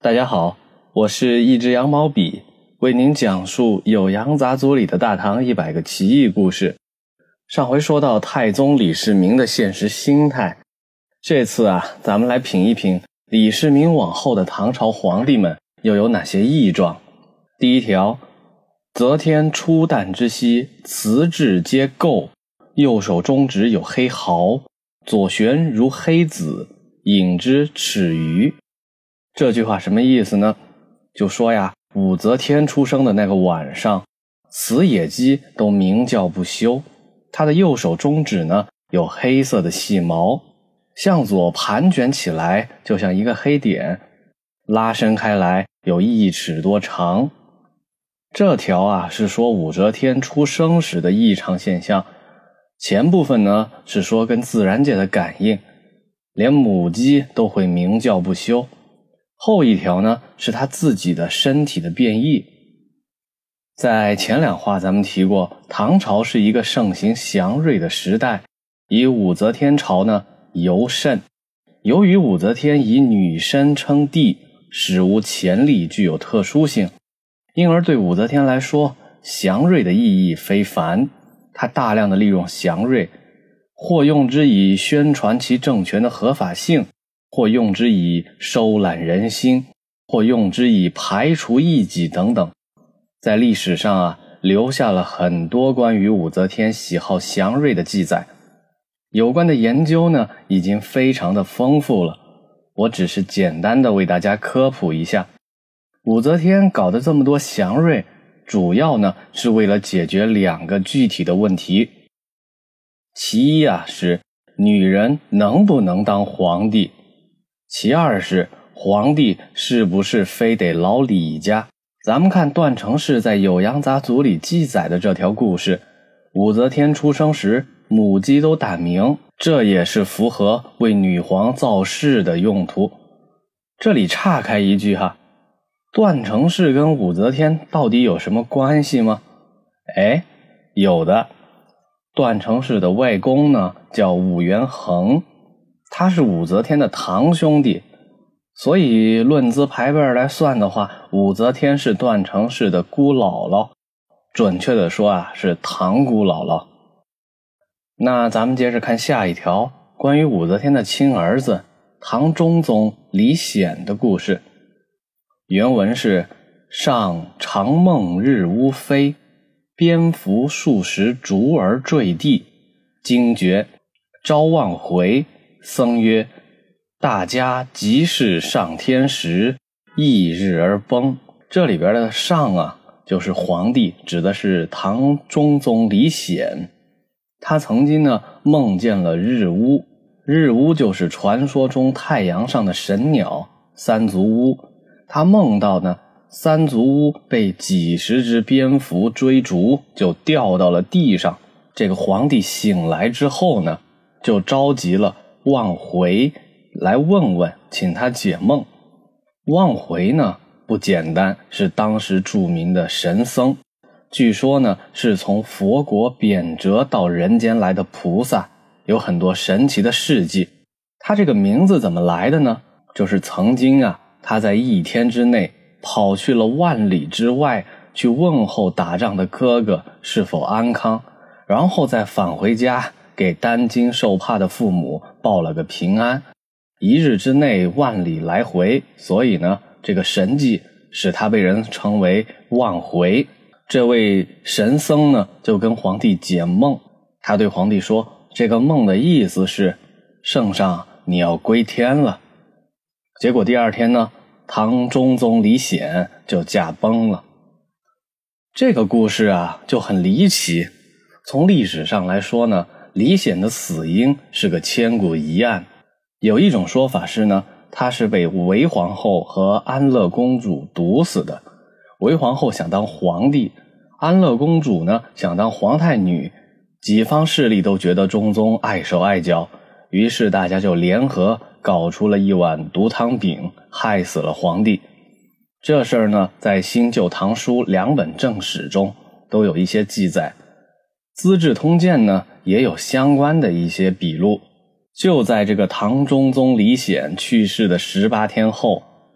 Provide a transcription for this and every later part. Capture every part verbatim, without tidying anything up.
大家好，我是一只羊毛笔，为您讲述《酉阳杂族里的大唐一百个奇异故事。上回说到太宗李世民的现实心态，这次啊，咱们来品一品李世民往后的唐朝皇帝们又有哪些异状。第一条，则天出旦之夕，辞质皆垢，右手中指有黑毫，左旋如黑子，引之齿余。这句话什么意思呢？就说呀，武则天出生的那个晚上，死野鸡都鸣叫不休，他的右手中指呢有黑色的细毛，向左盘卷起来就像一个黑点，拉伸开来有一尺多长。这条啊是说武则天出生时的异常现象，前部分呢是说跟自然界的感应，连母鸡都会鸣叫不休。后一条呢是他自己的身体的变异。在前两话咱们提过，唐朝是一个盛行祥瑞的时代，以武则天朝呢尤甚。由于武则天以女身称帝，史无前例，具有特殊性，因而对武则天来说，祥瑞的意义非凡。她大量的利用祥瑞，或用之以宣传其政权的合法性，或用之以收揽人心，或用之以排除异己等等。在历史上啊，留下了很多关于武则天喜好祥瑞的记载。有关的研究呢，已经非常的丰富了，我只是简单的为大家科普一下。武则天搞得这么多祥瑞，主要呢是为了解决两个具体的问题。其一啊是女人能不能当皇帝，其二是皇帝是不是非得老李家。咱们看段成式在《酉阳杂族》里记载的这条故事，武则天出生时母鸡都打鸣，这也是符合为女皇造势的用途。这里岔开一句哈，段成式跟武则天到底有什么关系吗？哎，有的。段成式的外公呢叫武元衡，他是武则天的堂兄弟，所以论资排辈来算的话，武则天是段成式的姑姥姥，准确的说啊是堂姑姥姥。那咱们接着看下一条，关于武则天的亲儿子唐中宗李显的故事。原文是：上长梦日乌飞，蝙蝠数十逐而坠地，惊觉，朝望回。僧曰：大家即是上天时，翌日而崩。这里边的上啊就是皇帝，指的是唐中宗李显。他曾经呢梦见了日乌，日乌就是传说中太阳上的神鸟三足乌。他梦到呢三足乌被几十只蝙蝠追逐，就掉到了地上。这个皇帝醒来之后呢，就召集了望回来问问，请他解梦。望回呢不简单，是当时著名的神僧，据说呢是从佛国贬谪到人间来的菩萨，有很多神奇的事迹。他这个名字怎么来的呢？就是曾经啊他在一天之内跑去了万里之外，去问候打仗的哥哥是否安康，然后再返回家给担惊受怕的父母报了个平安。一日之内万里来回，所以呢这个神迹使他被人称为万回。这位神僧呢就跟皇帝解梦，他对皇帝说，这个梦的意思是圣上你要归天了。结果第二天呢，唐中宗李显就驾崩了。这个故事啊就很离奇，从历史上来说呢，李显的死因是个千古疑案。有一种说法是呢，他是被韦皇后和安乐公主毒死的。韦皇后想当皇帝，安乐公主呢想当皇太女，几方势力都觉得中宗碍手碍脚，于是大家就联合搞出了一碗毒汤饼，害死了皇帝。这事儿呢在新旧唐书两本正史中都有一些记载，资治通鉴呢也有相关的一些笔录。就在这个唐中宗李显去世的十八天后，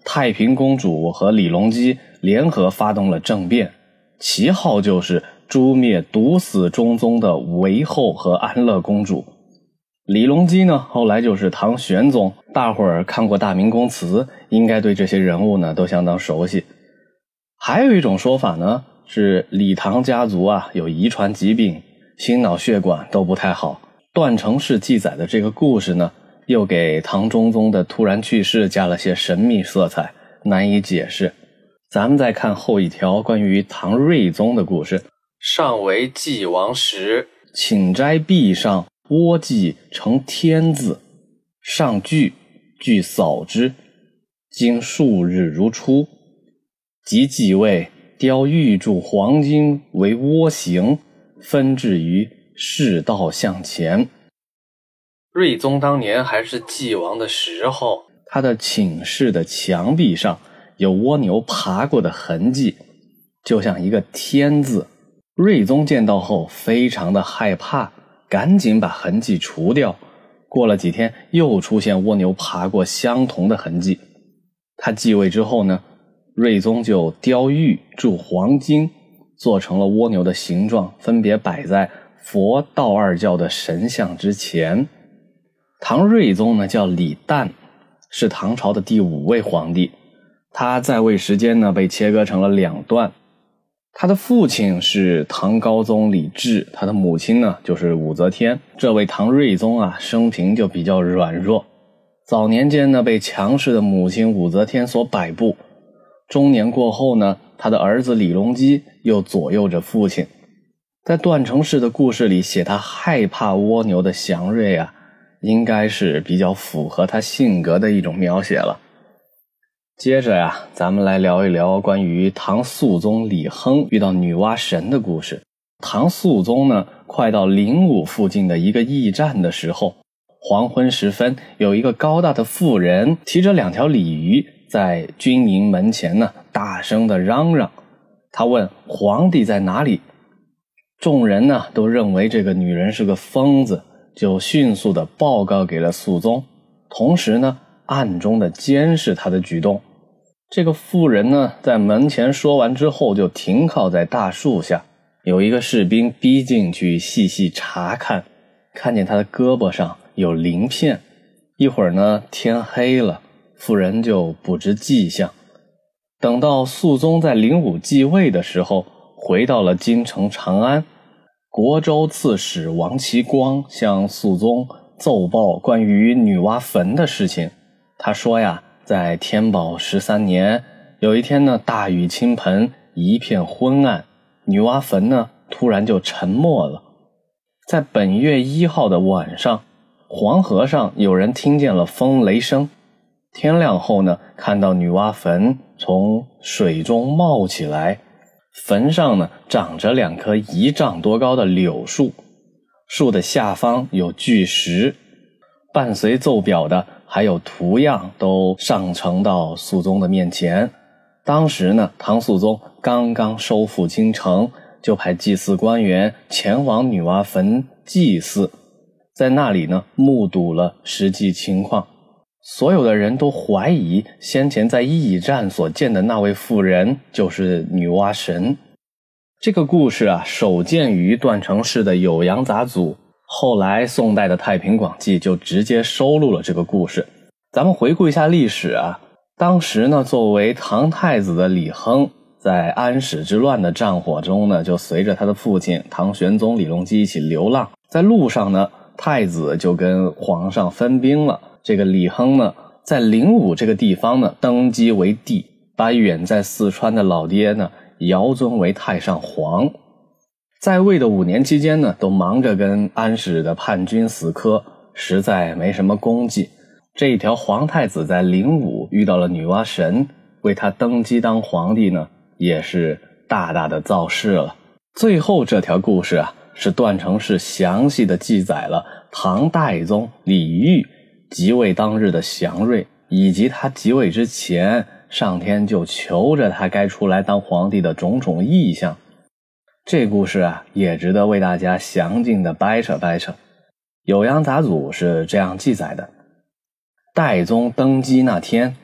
太平公主和李隆基联合发动了政变，旗号就是诛灭毒死中宗的韦后和安乐公主。李隆基呢，后来就是唐玄宗，大伙儿看过大明宫词，应该对这些人物呢都相当熟悉。还有一种说法呢，是李唐家族啊有遗传疾病，心脑血管都不太好。段成式记载的这个故事呢，又给唐中宗的突然去世加了些神秘色彩，难以解释。咱们再看后一条关于唐睿宗的故事。上为祭王时，请斋壁上窝记成天字，上具具扫之，经数日如初。即继位，雕玉铸黄金为窝形，分置于世道向前。睿宗当年还是祭王的时候，他的寝室的墙壁上有蜗牛爬过的痕迹，就像一个天字。睿宗见到后非常的害怕，赶紧把痕迹除掉。过了几天，又出现蜗牛爬过相同的痕迹。他继位之后呢，睿宗就雕玉铸黄金，做成了蜗牛的形状，分别摆在佛道二教的神像之前。唐睿宗呢叫李旦，是唐朝的第五位皇帝。他在位时间呢被切割成了两段。他的父亲是唐高宗李治，他的母亲呢就是武则天。这位唐睿宗啊，生平就比较软弱，早年间呢被强势的母亲武则天所摆布，中年过后呢，他的儿子李隆基又左右着父亲。在段成式的故事里写他害怕蜗牛的祥瑞啊，应该是比较符合他性格的一种描写了。接着呀，咱们来聊一聊关于唐肃宗李亨遇到女娲神的故事。唐肃宗呢，快到灵武附近的一个驿站的时候，黄昏时分，有一个高大的妇人提着两条鲤鱼在军营门前呢，大声地嚷嚷。他问皇帝在哪里？众人呢都认为这个女人是个疯子，就迅速地报告给了肃宗，同时呢暗中的监视他的举动。这个妇人呢在门前说完之后，就停靠在大树下，有一个士兵逼进去细细查看，看见他的胳膊上有鳞片。一会儿呢天黑了，妇人就不知迹象。等到肃宗在灵武继位的时候，回到了京城长安，国州刺史王其光向肃宗奏报关于女娲坟的事情。他说呀，在天宝十三年，有一天呢，大雨倾盆，一片昏暗，女娲坟呢突然就沉没了。在本月一号的晚上，黄河上有人听见了风雷声。天亮后呢，看到女娲坟从水中冒起来，坟上呢长着两棵一丈多高的柳树，树的下方有巨石，伴随奏表的还有图样都上呈到肃宗的面前。当时呢，唐肃宗刚刚收复京城，就派祭祀官员前往女娲坟祭祀，在那里呢目睹了实际情况。所有的人都怀疑先前在驿站所见的那位妇人就是女娲神。这个故事啊，首见于段成式的《酉阳杂俎》，后来宋代的《太平广记》就直接收录了这个故事。咱们回顾一下历史啊，当时呢，作为唐太子的李亨，在安史之乱的战火中呢，就随着他的父亲唐玄宗李隆基一起流浪。在路上呢，太子就跟皇上分兵了。这个李亨呢，在灵武这个地方呢登基为帝，把远在四川的老爹呢遥尊为太上皇。在位的五年期间呢，都忙着跟安史的叛军死磕，实在没什么功绩。这一条皇太子在灵武遇到了女娲神，为他登基当皇帝呢，也是大大的造势了。最后这条故事啊，是段成式详细的记载了唐代宗李煜即位当日的祥瑞，以及他即位之前上天就求着他该出来当皇帝的种种异象。这故事啊，也值得为大家详尽的掰扯掰扯。酉阳杂俎是这样记载的：代宗登基那天，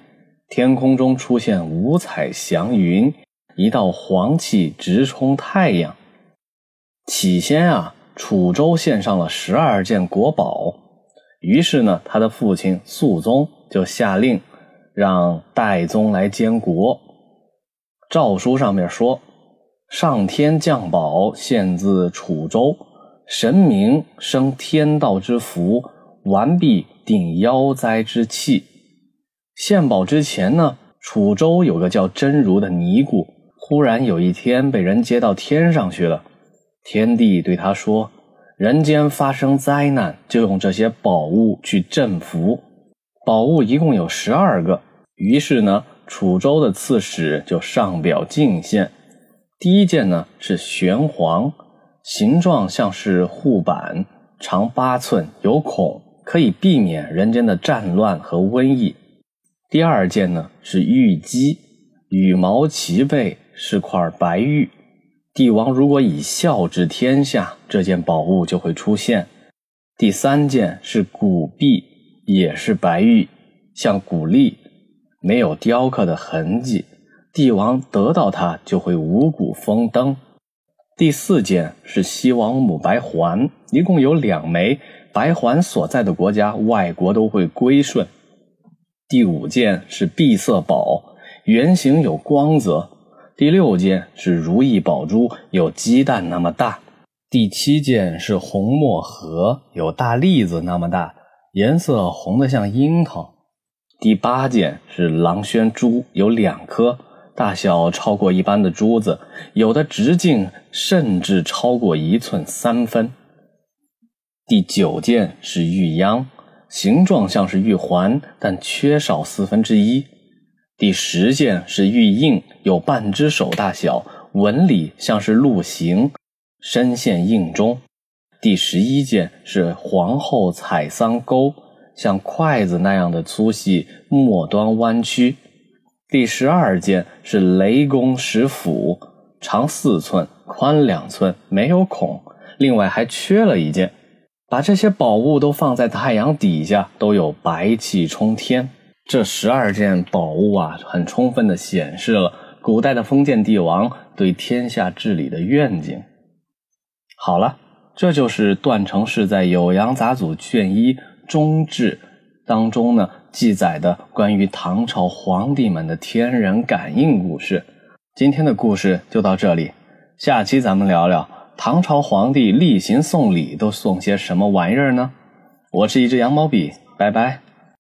天空中出现五彩祥云，一道黄气直冲太阳。起先啊，楚州献上了十二件国宝，于是呢，他的父亲肃宗就下令让代宗来监国。诏书上面说，上天降宝献自楚州，神明生天道之福，完璧定妖灾之气。献宝之前呢，楚州有个叫真如的尼姑，忽然有一天被人接到天上去了。天帝对他说，人间发生灾难，就用这些宝物去镇服。宝物一共有十二个，于是呢，楚州的刺史就上表进献。第一件呢是玄黄，形状像是护板，长八寸，有孔，可以避免人间的战乱和瘟疫。第二件呢是玉鸡，羽毛齐备，是块白玉。帝王如果以孝治天下，这件宝物就会出现。第三件是骨璧，也是白玉，像骨粒，没有雕刻的痕迹，帝王得到它就会五谷丰登。第四件是西王母白环，一共有两枚，白环所在的国家外国都会归顺。第五件是碧色宝，圆形有光泽。第六件是如意宝珠，有鸡蛋那么大。第七件是红墨盒，有大栗子那么大，颜色红得像樱桃。第八件是狼轩珠，有两颗，大小超过一般的珠子，有的直径甚至超过一寸三分。第九件是玉秧，形状像是玉环，但缺少四分之一。第十件是玉印，有半只手大小，纹理像是鹿形，深陷印中。第十一件是皇后采桑钩，像筷子那样的粗细，末端弯曲。第十二件是雷公石斧，长四寸，宽两寸，没有孔，另外还缺了一件。把这些宝物都放在太阳底下，都有白气冲天。这十二件宝物啊，很充分地显示了古代的封建帝王对天下治理的愿景。好了，这就是段成式在《酉阳杂俎》卷一中志当中呢记载的关于唐朝皇帝们的天人感应故事。今天的故事就到这里，下期咱们聊聊唐朝皇帝例行送礼都送些什么玩意儿呢？我是一只羊毛笔，拜拜。